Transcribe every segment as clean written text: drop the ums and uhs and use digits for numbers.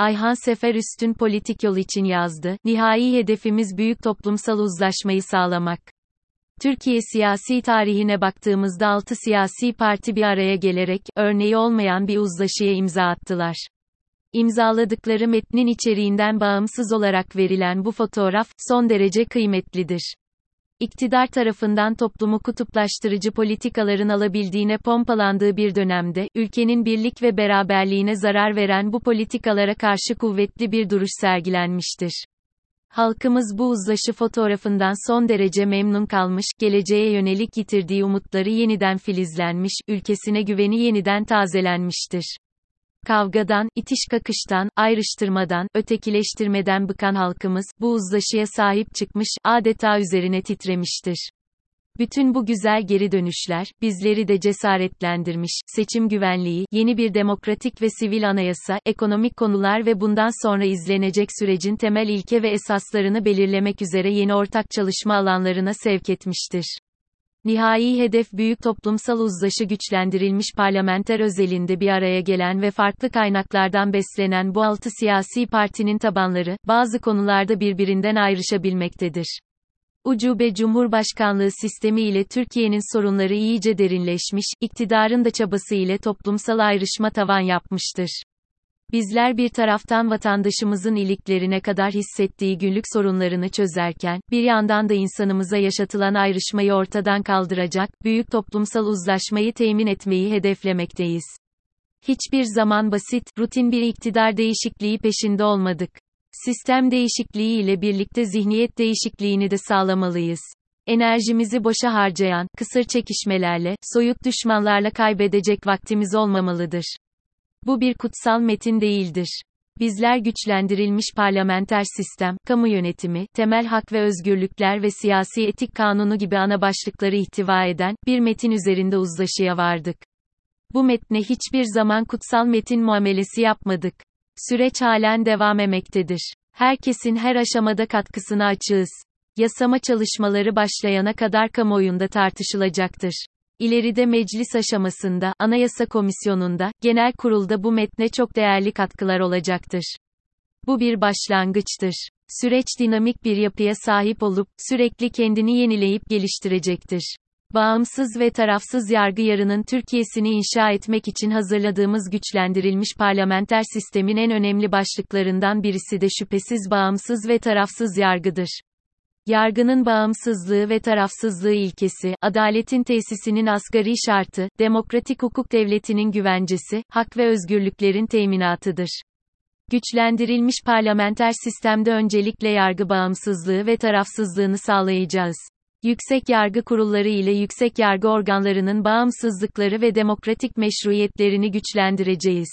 Ayhan Sefer Üstün Politik Yol için yazdı. Nihai hedefimiz büyük toplumsal uzlaşmayı sağlamak. Türkiye siyasi tarihine baktığımızda 6 siyasi parti bir araya gelerek, örneği olmayan bir uzlaşıya imza attılar. İmzaladıkları metnin içeriğinden bağımsız olarak verilen bu fotoğraf, son derece kıymetlidir. İktidar tarafından toplumu kutuplaştırıcı politikaların alabildiğine pompalandığı bir dönemde, ülkenin birlik ve beraberliğine zarar veren bu politikalara karşı kuvvetli bir duruş sergilenmiştir. Halkımız bu uzlaşı fotoğrafından son derece memnun kalmış, geleceğe yönelik yitirdiği umutları yeniden filizlenmiş, ülkesine güveni yeniden tazelenmiştir. Kavgadan, itiş kakıştan, ayrıştırmadan, ötekileştirmeden bıkan halkımız, bu uzlaşıya sahip çıkmış, adeta üzerine titremiştir. Bütün bu güzel geri dönüşler, bizleri de cesaretlendirmiş, seçim güvenliği, yeni bir demokratik ve sivil anayasa, ekonomik konular ve bundan sonra izlenecek sürecin temel ilke ve esaslarını belirlemek üzere yeni ortak çalışma alanlarına sevk etmiştir. Nihai hedef büyük toplumsal uzlaşı güçlendirilmiş parlamenter özelinde bir araya gelen ve farklı kaynaklardan beslenen bu 6 siyasi partinin tabanları, bazı konularda birbirinden ayrışabilmektedir. Ucube Cumhurbaşkanlığı sistemi ile Türkiye'nin sorunları iyice derinleşmiş, iktidarın da çabası ile toplumsal ayrışma tavan yapmıştır. Bizler bir taraftan vatandaşımızın iliklerine kadar hissettiği günlük sorunlarını çözerken, bir yandan da insanımıza yaşatılan ayrışmayı ortadan kaldıracak, büyük toplumsal uzlaşmayı temin etmeyi hedeflemekteyiz. Hiçbir zaman basit, rutin bir iktidar değişikliği peşinde olmadık. Sistem değişikliği ile birlikte zihniyet değişikliğini de sağlamalıyız. Enerjimizi boşa harcayan, kısır çekişmelerle, soyut düşmanlarla kaybedecek vaktimiz olmamalıdır. Bu bir kutsal metin değildir. Bizler güçlendirilmiş parlamenter sistem, kamu yönetimi, temel hak ve özgürlükler ve siyasi etik kanunu gibi ana başlıkları ihtiva eden bir metin üzerinde uzlaşıya vardık. Bu metne hiçbir zaman kutsal metin muamelesi yapmadık. Süreç halen devam etmektedir. Herkesin her aşamada katkısına açığız. Yasama çalışmaları başlayana kadar kamuoyunda tartışılacaktır. İleride meclis aşamasında, Anayasa Komisyonu'nda, Genel Kurul'da bu metne çok değerli katkılar olacaktır. Bu bir başlangıçtır. Süreç dinamik bir yapıya sahip olup, sürekli kendini yenileyip geliştirecektir. Bağımsız ve tarafsız yargı yarının Türkiye'sini inşa etmek için hazırladığımız güçlendirilmiş parlamenter sistemin en önemli başlıklarından birisi de şüphesiz bağımsız ve tarafsız yargıdır. Yargının bağımsızlığı ve tarafsızlığı ilkesi, adaletin tesisinin asgari şartı, demokratik hukuk devletinin güvencesi, hak ve özgürlüklerin teminatıdır. Güçlendirilmiş parlamenter sistemde öncelikle yargı bağımsızlığı ve tarafsızlığını sağlayacağız. Yüksek yargı kurulları ile yüksek yargı organlarının bağımsızlıkları ve demokratik meşruiyetlerini güçlendireceğiz.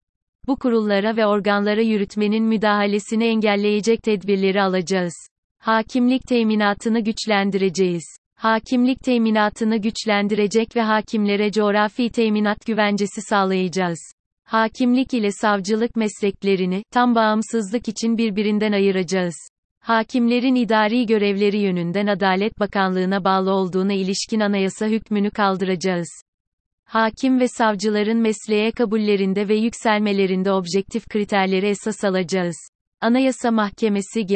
Bu kurullara ve organlara yürütmenin müdahalesini engelleyecek tedbirleri alacağız. Hakimlik teminatını güçlendireceğiz. Hakimlik teminatını güçlendirecek ve hakimlere coğrafi teminat güvencesi sağlayacağız. Hakimlik ile savcılık mesleklerini, tam bağımsızlık için birbirinden ayıracağız. Hakimlerin idari görevleri yönünden Adalet Bakanlığı'na bağlı olduğuna ilişkin anayasa hükmünü kaldıracağız. Hakim ve savcıların mesleğe kabullerinde ve yükselmelerinde objektif kriterleri esas alacağız. Anayasa Mahkemesi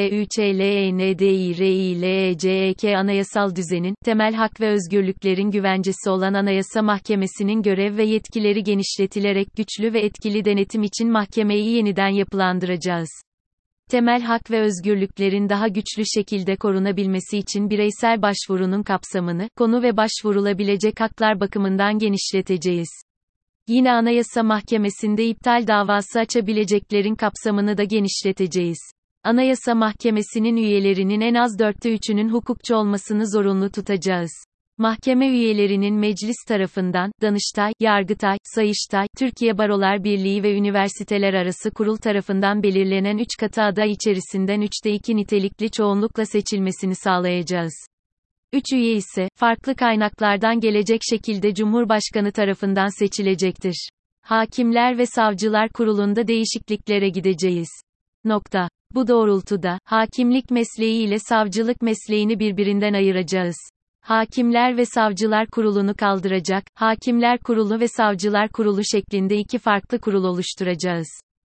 GÜÇLENDİRİLECEK anayasal düzenin, temel hak ve özgürlüklerin güvencesi olan Anayasa Mahkemesi'nin görev ve yetkileri genişletilerek güçlü ve etkili denetim için mahkemeyi yeniden yapılandıracağız. Temel hak ve özgürlüklerin daha güçlü şekilde korunabilmesi için bireysel başvurunun kapsamını, konu ve başvurulabilecek haklar bakımından genişleteceğiz. Yine Anayasa Mahkemesi'nde iptal davası açabileceklerin kapsamını da genişleteceğiz. Anayasa Mahkemesi'nin üyelerinin en az 3'ünün hukukçu olmasını zorunlu tutacağız. Mahkeme üyelerinin meclis tarafından, Danıştay, Yargıtay, Sayıştay, Türkiye Barolar Birliği ve Üniversiteler Arası Kurul tarafından belirlenen 3 katı aday içerisinden 3'te 2 nitelikli çoğunlukla seçilmesini sağlayacağız. 3 üye ise, farklı kaynaklardan gelecek şekilde Cumhurbaşkanı tarafından seçilecektir. Hakimler ve Savcılar Kurulu'nda değişikliklere gideceğiz. Bu doğrultuda, hakimlik mesleği ile savcılık mesleğini birbirinden ayıracağız. Hakimler ve Savcılar Kurulu'nu kaldıracak, Hakimler Kurulu ve Savcılar Kurulu şeklinde 2 farklı kurul oluşturacağız.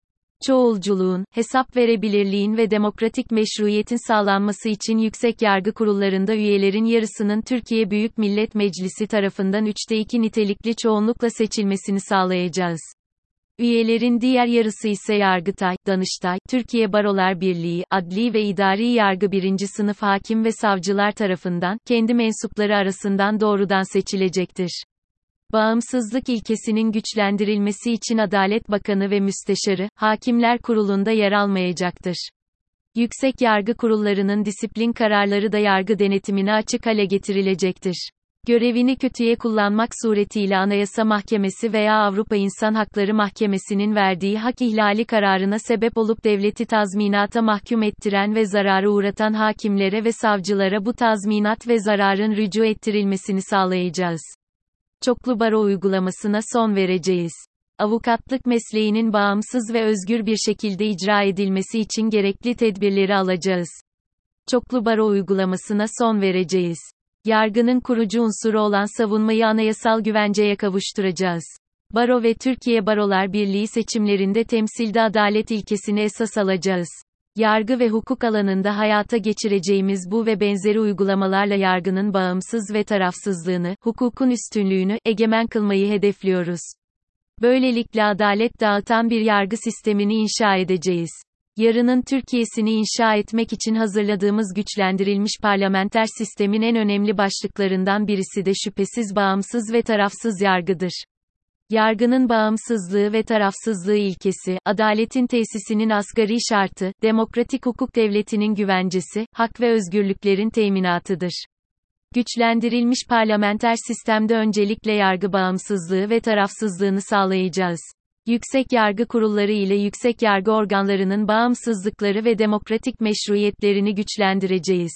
çoğulculuğun, hesap verebilirliğin ve demokratik meşruiyetin sağlanması için yüksek yargı kurullarında üyelerin yarısının Türkiye Büyük Millet Meclisi tarafından 3'te 2 nitelikli çoğunlukla seçilmesini sağlayacağız. Üyelerin diğer yarısı ise Yargıtay, Danıştay, Türkiye Barolar Birliği, adli ve idari yargı birinci sınıf hakim ve savcılar tarafından, kendi mensupları arasından doğrudan seçilecektir. Bağımsızlık ilkesinin güçlendirilmesi için Adalet Bakanı ve Müsteşarı, Hakimler Kurulu'nda yer almayacaktır. Yüksek yargı kurullarının disiplin kararları da yargı denetimine açık hale getirilecektir. Görevini kötüye kullanmak suretiyle Anayasa Mahkemesi veya Avrupa İnsan Hakları Mahkemesi'nin verdiği hak ihlali kararına sebep olup devleti tazminata mahkum ettiren ve zarara uğratan hakimlere ve savcılara bu tazminat ve zararın rücu ettirilmesini sağlayacağız. Çoklu baro uygulamasına son vereceğiz. Avukatlık mesleğinin bağımsız ve özgür bir şekilde icra edilmesi için gerekli tedbirleri alacağız. Çoklu baro uygulamasına son vereceğiz. Yargının kurucu unsuru olan savunmayı anayasal güvenceye kavuşturacağız. Baro ve Türkiye Barolar Birliği seçimlerinde temsilde adalet ilkesini esas alacağız. Yargı ve hukuk alanında hayata geçireceğimiz bu ve benzeri uygulamalarla yargının bağımsız ve tarafsızlığını, hukukun üstünlüğünü, egemen kılmayı hedefliyoruz. Böylelikle adalet dağıtan bir yargı sistemini inşa edeceğiz. Yarının Türkiye'sini inşa etmek için hazırladığımız güçlendirilmiş parlamenter sistemin en önemli başlıklarından birisi de şüphesiz bağımsız ve tarafsız yargıdır. Yargının bağımsızlığı ve tarafsızlığı ilkesi, adaletin tesisinin asgari şartı, demokratik hukuk devletinin güvencesi, hak ve özgürlüklerin teminatıdır. Güçlendirilmiş parlamenter sistemde öncelikle yargı bağımsızlığı ve tarafsızlığını sağlayacağız. Yüksek yargı kurulları ile yüksek yargı organlarının bağımsızlıkları ve demokratik meşruiyetlerini güçlendireceğiz.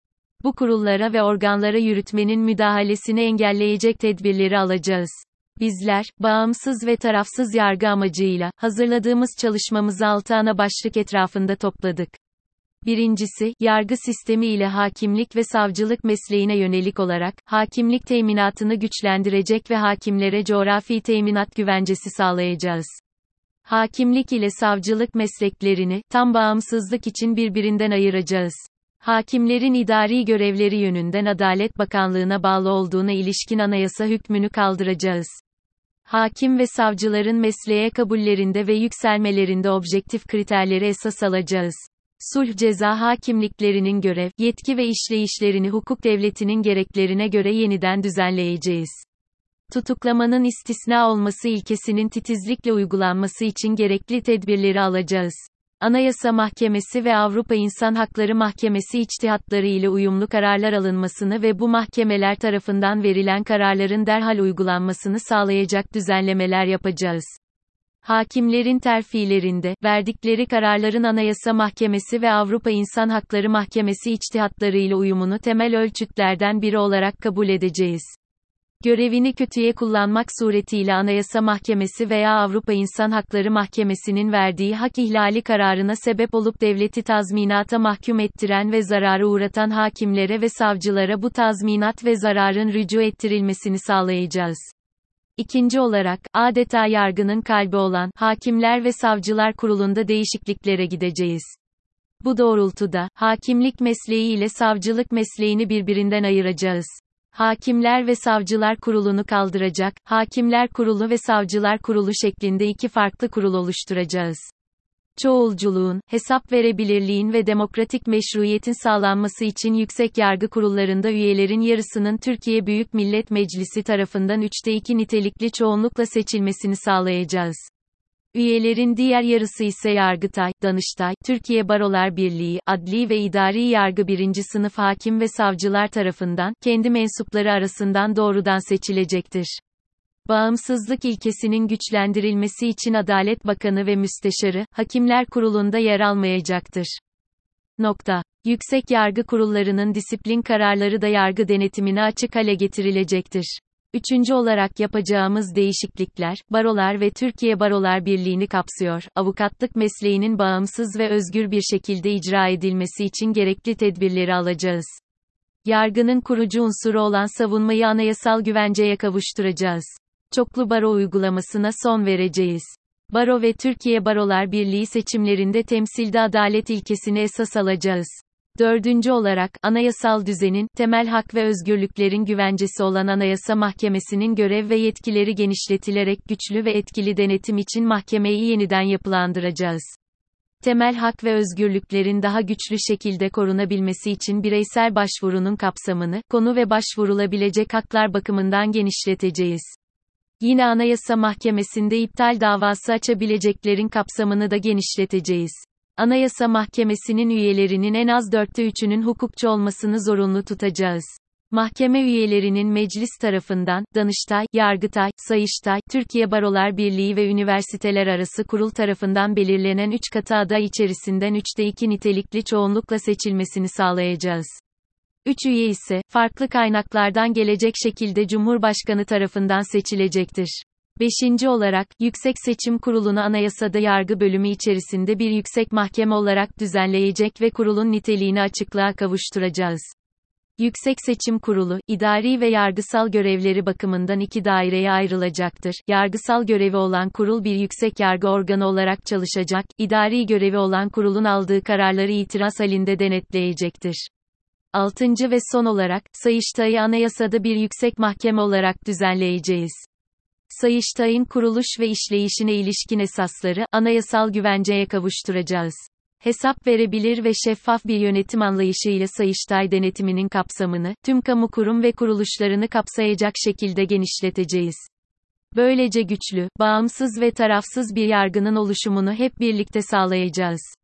Bu kurullara ve organlara yürütmenin müdahalesini engelleyecek tedbirleri alacağız. Bizler, bağımsız ve tarafsız yargı amacıyla, hazırladığımız çalışmamızı 6 ana başlık etrafında topladık. Birincisi, yargı sistemi ile hakimlik ve savcılık mesleğine yönelik olarak, hakimlik teminatını güçlendirecek ve hakimlere coğrafi teminat güvencesi sağlayacağız. Hakimlik ile savcılık mesleklerini, tam bağımsızlık için birbirinden ayıracağız. Hakimlerin idari görevleri yönünden Adalet Bakanlığı'na bağlı olduğuna ilişkin anayasa hükmünü kaldıracağız. Hakim ve savcıların mesleğe kabullerinde ve yükselmelerinde objektif kriterleri esas alacağız. Sulh ceza hakimliklerinin görev, yetki ve işleyişlerini hukuk devletinin gereklerine göre yeniden düzenleyeceğiz. Tutuklamanın istisna olması ilkesinin titizlikle uygulanması için gerekli tedbirleri alacağız. Anayasa Mahkemesi ve Avrupa İnsan Hakları Mahkemesi içtihatları ile uyumlu kararlar alınmasını ve bu mahkemeler tarafından verilen kararların derhal uygulanmasını sağlayacak düzenlemeler yapacağız. Hakimlerin terfilerinde, verdikleri kararların Anayasa Mahkemesi ve Avrupa İnsan Hakları Mahkemesi içtihatlarıyla uyumunu temel ölçütlerden biri olarak kabul edeceğiz. Görevini kötüye kullanmak suretiyle Anayasa Mahkemesi veya Avrupa İnsan Hakları Mahkemesi'nin verdiği hak ihlali kararına sebep olup devleti tazminata mahkum ettiren ve zarara uğratan hakimlere ve savcılara bu tazminat ve zararın rücu ettirilmesini sağlayacağız. İkinci olarak, adeta yargının kalbi olan, Hakimler ve Savcılar Kurulu'nda değişikliklere gideceğiz. Bu doğrultuda, hakimlik mesleği ile savcılık mesleğini birbirinden ayıracağız. Hakimler ve Savcılar Kurulu'nu kaldıracak, Hakimler Kurulu ve Savcılar Kurulu şeklinde iki farklı kurul oluşturacağız. Çoğulculuğun, hesap verebilirliğin ve demokratik meşruiyetin sağlanması için yüksek yargı kurullarında üyelerin yarısının Türkiye Büyük Millet Meclisi tarafından 3'te 2 nitelikli çoğunlukla seçilmesini sağlayacağız. Üyelerin diğer yarısı ise Yargıtay, Danıştay, Türkiye Barolar Birliği, adli ve idari yargı birinci sınıf hakim ve savcılar tarafından, kendi mensupları arasından doğrudan seçilecektir. Bağımsızlık ilkesinin güçlendirilmesi için Adalet Bakanı ve Müsteşarı, Hakimler Kurulu'nda yer almayacaktır. Yüksek yargı kurullarının disiplin kararları da yargı denetimine açık hale getirilecektir. Üçüncü olarak yapacağımız değişiklikler, barolar ve Türkiye Barolar Birliği'ni kapsıyor. Avukatlık mesleğinin bağımsız ve özgür bir şekilde icra edilmesi için gerekli tedbirleri alacağız. Yargının kurucu unsuru olan savunmayı anayasal güvenceye kavuşturacağız. Çoklu baro uygulamasına son vereceğiz. Baro ve Türkiye Barolar Birliği seçimlerinde temsilde adalet ilkesini esas alacağız. Dördüncü olarak, anayasal düzenin, temel hak ve özgürlüklerin güvencesi olan Anayasa Mahkemesi'nin görev ve yetkileri genişletilerek güçlü ve etkili denetim için mahkemeyi yeniden yapılandıracağız. Temel hak ve özgürlüklerin daha güçlü şekilde korunabilmesi için bireysel başvurunun kapsamını, konu ve başvurulabilecek haklar bakımından genişleteceğiz. Yine Anayasa Mahkemesi'nde iptal davası açabileceklerin kapsamını da genişleteceğiz. Anayasa Mahkemesi'nin üyelerinin en az 3'ünün hukukçu olmasını zorunlu tutacağız. Mahkeme üyelerinin meclis tarafından, Danıştay, Yargıtay, Sayıştay, Türkiye Barolar Birliği ve Üniversiteler Arası Kurul tarafından belirlenen 3 katı aday içerisinden 3'te 2 nitelikli çoğunlukla seçilmesini sağlayacağız. 3 üye ise, farklı kaynaklardan gelecek şekilde Cumhurbaşkanı tarafından seçilecektir. 5. olarak, Yüksek Seçim Kurulu'nu anayasada yargı bölümü içerisinde bir yüksek mahkeme olarak düzenleyecek ve kurulun niteliğini açıklığa kavuşturacağız. Yüksek Seçim Kurulu, idari ve yargısal görevleri bakımından 2 daireye ayrılacaktır. Yargısal görevi olan kurul bir yüksek yargı organı olarak çalışacak, idari görevi olan kurulun aldığı kararları itiraz halinde denetleyecektir. 6. ve son olarak, Sayıştay'ı anayasada bir yüksek mahkeme olarak düzenleyeceğiz. Sayıştay'ın kuruluş ve işleyişine ilişkin esasları, anayasal güvenceye kavuşturacağız. Hesap verebilir ve şeffaf bir yönetim anlayışıyla Sayıştay denetiminin kapsamını, tüm kamu kurum ve kuruluşlarını kapsayacak şekilde genişleteceğiz. Böylece güçlü, bağımsız ve tarafsız bir yargının oluşumunu hep birlikte sağlayacağız.